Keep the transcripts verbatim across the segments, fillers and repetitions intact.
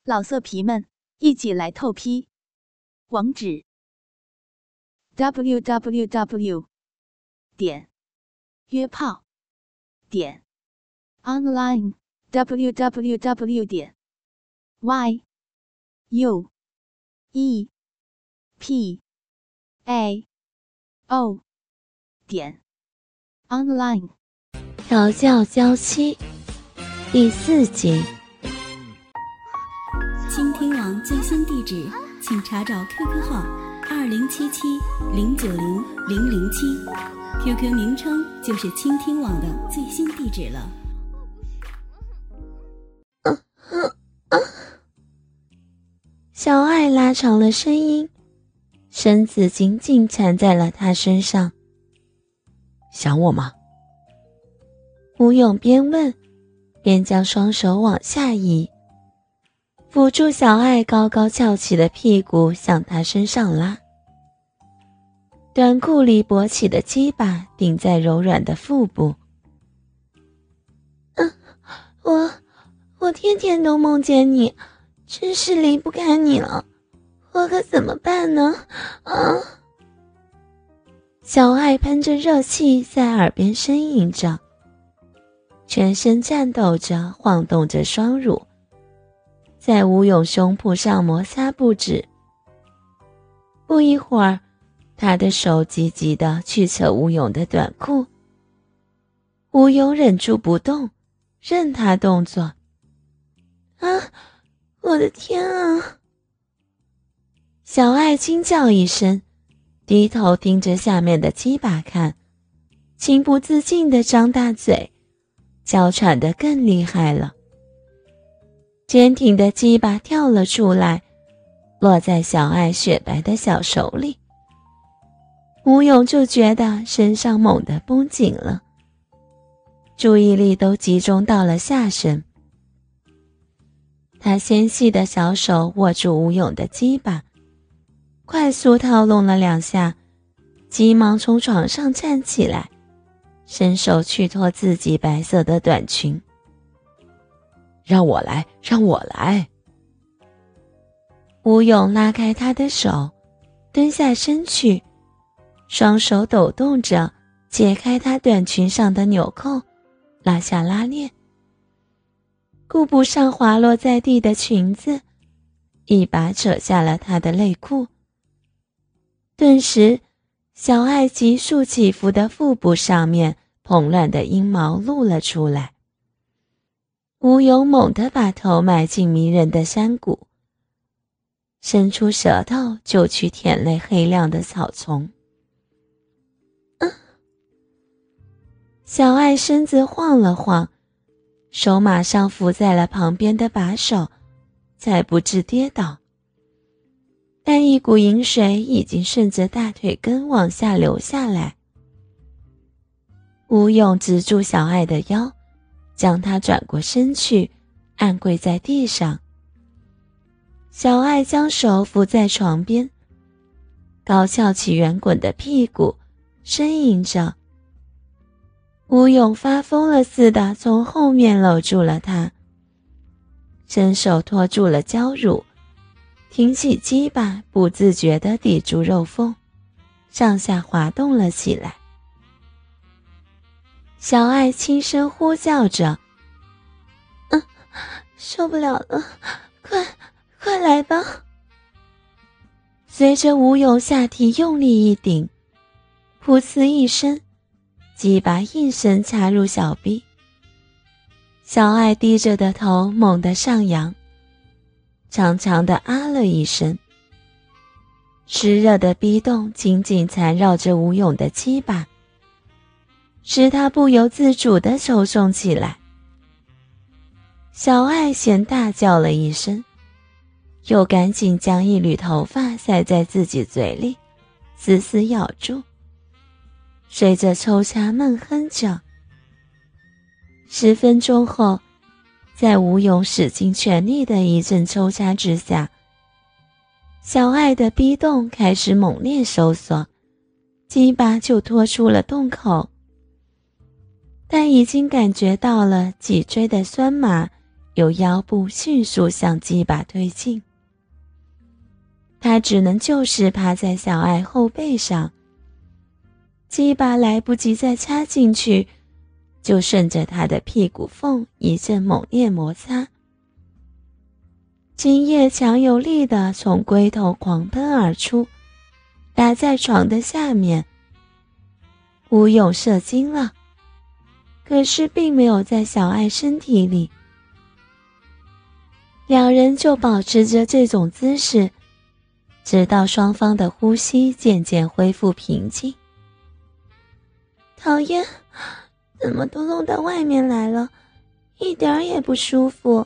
老色皮们，一起来透批！网址 ：double u double u double u 点约炮点 online w w w 点 y u e p a o 点 online。 调教娇妻第四集。 倾听网最新地址，请查找 Q Q 号二零七七零九零零零七 ，Q Q 名称就是倾听网的最新地址了。 嗯嗯嗯，小爱拉长了声音，身子紧紧缠在了他身上。 想我吗？ 吴勇边问边将双手往下移，扶住小爱高高翘起的屁股向她身上拉，短裤里勃起的鸡巴顶在柔软的腹部。嗯，我我天天都梦见你，真是离不开你了，我可怎么办呢？啊！小爱喷着热气在耳边呻吟着，全身颤抖着，晃动着双乳，在吴勇胸脯上摩擦不止。不一会儿，他的手急急地去扯吴勇的短裤，吴勇忍住不动，任他动作。啊，我的天啊！小爱惊叫一声，低头盯着下面的鸡巴看，情不自禁地张大嘴，娇喘得更厉害了。坚挺的鸡巴跳了出来，落在小爱雪白的小手里。吴勇就觉得身上猛地绷紧了，注意力都集中到了下身。他纤细的小手握住吴勇的鸡巴，快速套弄了两下，急忙从床上站起来，伸手去脱自己白色的短裙。 让我来，让我来。 吴勇拉开他的手，蹲下身去，双手抖动着解开他短裙上的纽扣，拉下拉链，顾不上滑落在地的裙子，一把扯下了他的内裤。顿时，小爱急速起伏的腹部上面蓬乱的阴毛露了出来。吴勇猛地把头埋进迷人的山谷，伸出舌头就去舔那黑亮的草丛。嗯，小爱身子晃了晃，手马上扶在了旁边的把手，才不致跌倒。但一股淫水已经顺着大腿根往下流下来。吴勇直住小爱的腰，将她转过身去，按跪在地上。小爱将手扶在床边，高翘起圆滚的屁股，呻吟着。吴勇发疯了似的从后面搂住了她，伸手托住了娇乳，挺起鸡巴，不自觉地抵住肉缝，上下滑动了起来。小爱轻声呼叫着：嗯，受不了了，快快来吧。随着吴勇下体用力一顶，噗呲一声，鸡巴应声插入小臂。小爱低着的头猛地上扬，长长的啊了一声，湿热的逼洞紧紧缠绕着吴勇的鸡巴，使他不由自主地抽送起来。小爱先大叫了一声，又赶紧将一缕头发塞在自己嘴里，死死咬住，随着抽插闷哼着。十分钟后，在吴勇使尽全力的一阵抽插之下，小爱的逼洞开始猛烈收缩，鸡巴就拖出了洞口。但已经感觉到了脊椎的酸麻由腰部迅速向鸡巴推进。他只能就势趴在小爱后背上，鸡巴来不及再插进去，就顺着他的屁股缝一阵猛烈摩擦，精液强有力地从龟头狂喷而出，打在床的下面。吴勇射精了，可是并没有在小爱身体里。两人就保持着这种姿势，直到双方的呼吸渐渐恢复平静。讨厌，怎么都弄到外面来了，一点儿也不舒服。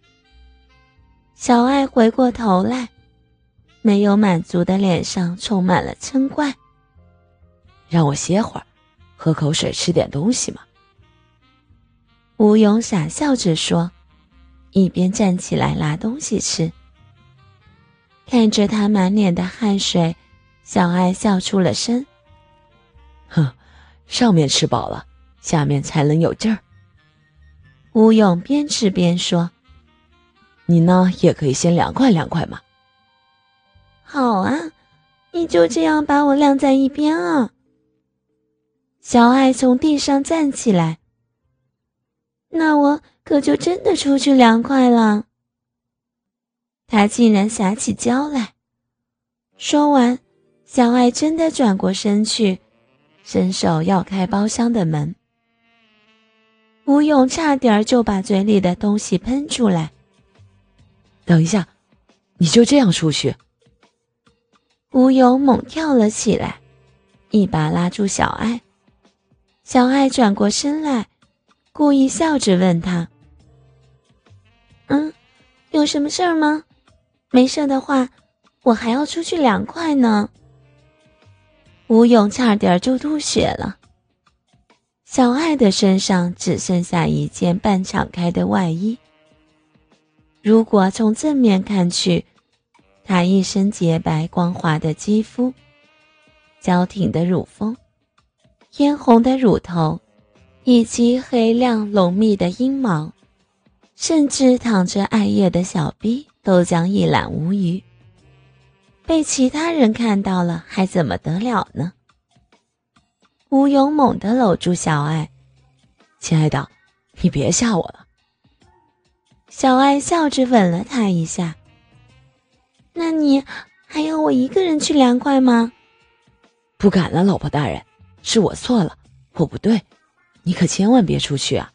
小爱回过头来，没有满足的脸上充满了嗔怪。 让我歇会儿，喝口水，吃点东西嘛。 吴勇傻笑着说，一边站起来拿东西吃。看着他满脸的汗水，小爱笑出了声。 哼，上面吃饱了，下面才能有劲儿。 吴勇边吃边说， 你呢也可以先凉快凉快嘛。 好啊，你就这样把我晾在一边啊。小爱从地上站起来，那我可就真的出去凉快了。他竟然撒起娇来。说完，小爱真的转过身去，伸手要开包厢的门。吴勇差点就把嘴里的东西喷出来。 等一下，你就这样出去？ 吴勇猛跳了起来，一把拉住小爱。小爱转过身来，故意笑着问他，嗯，有什么事儿吗？没事的话，我还要出去凉快呢。吴勇差点就吐血了。小爱的身上只剩下一件半敞开的外衣，如果从正面看去，她一身洁白光滑的肌肤，娇挺的乳峰，嫣红的乳头，以及黑亮浓密的阴毛，甚至淌着艾叶的小臂都将一览无余。被其他人看到了还怎么得了呢？吴勇猛地搂住小爱， 亲爱的，你别吓我了。 小爱笑着吻了他一下。那你还要我一个人去凉快吗？ 不敢了，老婆大人，是我错了，我不对，你可千万别出去啊。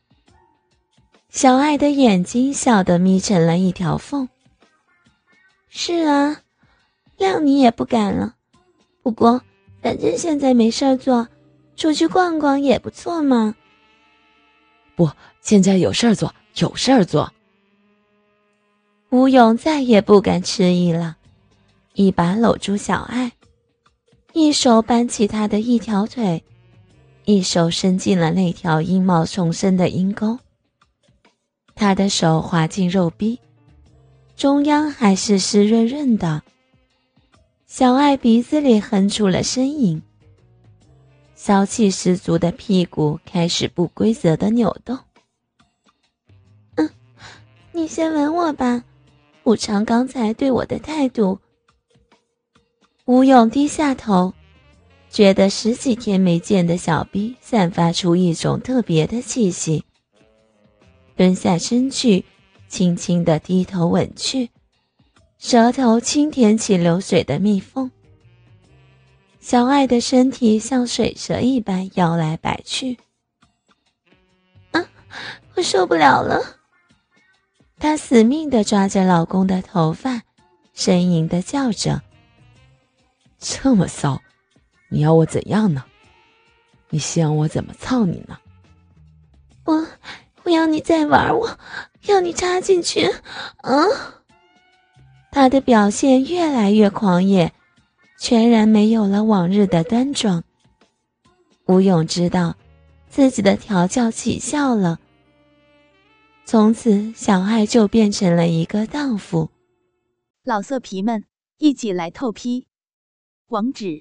小爱的眼睛笑得眯成了一条缝。是啊，谅你也不敢了，不过反正现在没事儿做，出去逛逛也不错嘛。 不，现在有事儿做，有事儿做。 吴勇再也不敢迟疑了，一把搂住小爱，一手扳起她的一条腿，一手伸进了那条阴毛丛生的阴沟。他的手滑进肉壁，中央还是湿润润的。小爱鼻子里哼出了呻吟，骚气十足的屁股开始不规则的扭动。嗯，你先吻我吧，补偿刚才对我的态度。吴勇低下头，觉得十几天没见的小臂散发出一种特别的气息，蹲下身去，轻轻地低头吻去，舌头轻舔起流水的蜜缝。小爱的身体像水蛇一般摇来摆去。啊，我受不了了！她死命地抓着老公的头发，呻吟地叫着。 这么骚，你要我怎样呢？你希望我怎么操你呢？ 我我要你再玩我，要你插进去啊！他的表现越来越狂野，全然没有了往日的端庄。吴勇知道自己的调教起效了，从此小爱就变成了一个荡妇。 老色皮们，一起来透批！网址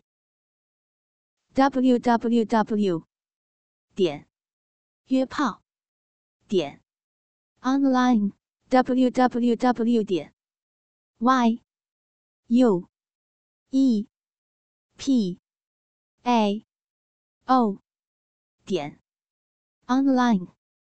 ：double-u double-u double-u 点约炮点 online www 点 y u e p a o 点 online。